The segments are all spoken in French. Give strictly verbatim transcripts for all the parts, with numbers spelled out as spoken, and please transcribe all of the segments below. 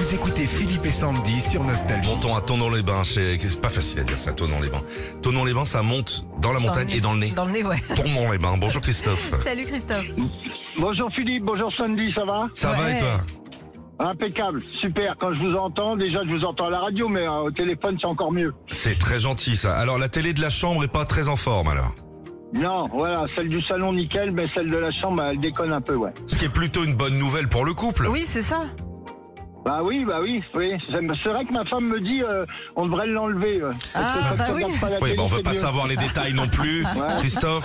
Vous écoutez Philippe et Sandy sur Nostalgie. Montons à Thonon-les-Bains, c'est c'est pas facile à dire ça, Thonon-les-Bains. Thonon-les-Bains, ça monte dans la montagne Dans le et dans le nez. Dans le nez, ouais. Thonon-les-Bains. Bonjour Christophe. Salut Christophe. Bonjour Philippe, bonjour Sandy, ça va? Ça va Ouais. et toi? Impeccable, super. Quand je vous entends, déjà je vous entends à la radio, mais euh, au téléphone c'est encore mieux. C'est très gentil ça. Alors la télé de la chambre est pas très en forme alors. Non, voilà, celle du salon nickel, mais celle de la chambre, elle déconne un peu, ouais. Ce qui est plutôt une bonne nouvelle pour le couple. Oui, c'est ça. Bah oui, bah oui, oui. C'est c'est vrai que ma femme me dit, euh, on devrait l'enlever. euh, parce Ah, que quand bah tu oui. regardes pas la Oui, télé, bah on veut c'est pas mieux. savoir les détails non plus, Christophe.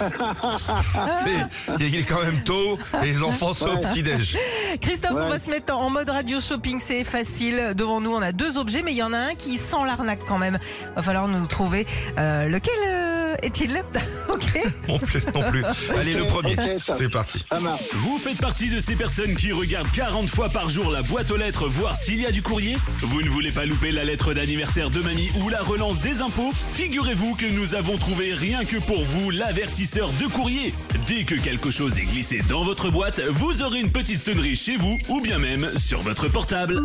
C'est- Il est quand même tôt et les enfants sont au Ouais. petit-déj. Christophe, on Ouais. va se mettre en mode radio shopping, c'est facile. Devant nous, on a deux objets, mais il y en a un qui sent l'arnaque quand même. Va falloir nous trouver euh, lequel euh, est-il. Ok. Non plus, non plus. Allez, le premier. Ok, ça. C'est parti. Ça marche. Vous faites partie de ces personnes qui regardent quarante fois par jour la boîte aux lettres voir s'il y a du courrier? Vous ne voulez pas louper la lettre d'anniversaire de mamie ou la relance des impôts? Figurez-vous que nous avons trouvé rien que pour vous l'avertisseur de courrier. Dès que quelque chose est glissé dans votre boîte, vous aurez une petite sonnerie chez vous ou bien même sur votre portable.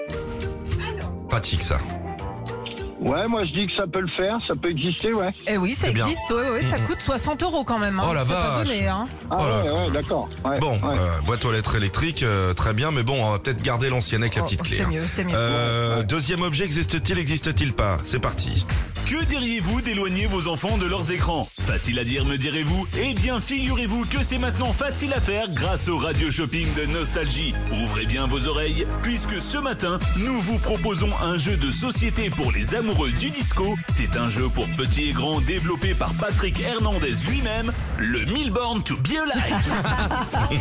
Pratique ça. Ouais, moi je dis que ça peut le faire, ça peut exister, ouais. Eh oui, ça C'est bien. existe, ouais, ouais, ça coûte soixante euros quand même. Hein. Oh la C'est pas vache. donné, hein. Ah Voilà. ouais, ouais, d'accord. Ouais, Bon, ouais. euh, boîte aux lettres électrique, euh, très bien, mais bon, on va peut-être garder l'ancienne avec la Oh, petite clé. c'est hein. mieux, c'est mieux. Euh, deuxième objet, existe-t-il, existe-t-il pas? C'est parti. Que diriez-vous d'éloigner vos enfants de leurs écrans? Facile à dire, me direz-vous? Eh bien, figurez-vous que c'est maintenant facile à faire grâce au radio shopping de Nostalgie. Ouvrez bien vos oreilles, puisque ce matin, nous vous proposons un jeu de société pour les amoureux du disco. C'est un jeu pour petits et grands développé par Patrick Hernandez lui-même, le mille born to be alive.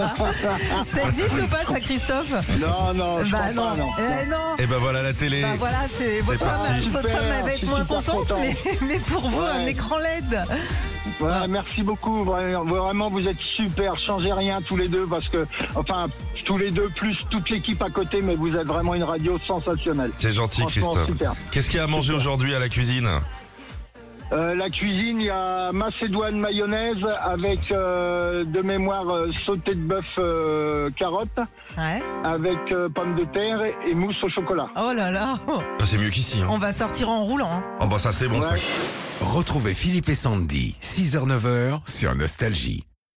Ça existe ou pas, ça, Christophe? Non, non, je Bah crois non. pas, non. Eh non. Et ben voilà la télé. Bah voilà, c'est votre parti. femme, votre Super, femme elle va je être suis moins super contente, content. mais, mais pour vous, un Ouais. écran L E D. Ouais, merci beaucoup, vraiment, vraiment, vous êtes super, changez rien tous les deux parce que, enfin, tous les deux plus toute l'équipe à côté, mais vous êtes vraiment une radio sensationnelle. C'est gentil, Franchement, Christophe. super. Qu'est-ce qu'il y a à manger aujourd'hui à la cuisine? Euh, la cuisine, il y a macédoine mayonnaise avec euh, de mémoire euh, sauté de bœuf euh, carotte, Ouais. avec euh, pommes de terre et, et mousse au chocolat. Oh là là. Ah, c'est mieux qu'ici. Hein. On va sortir en roulant. Hein. Oh bah ça c'est bon ça. Ouais. Retrouvez Philippe et Sandy, six heures neuf heures sur Nostalgie.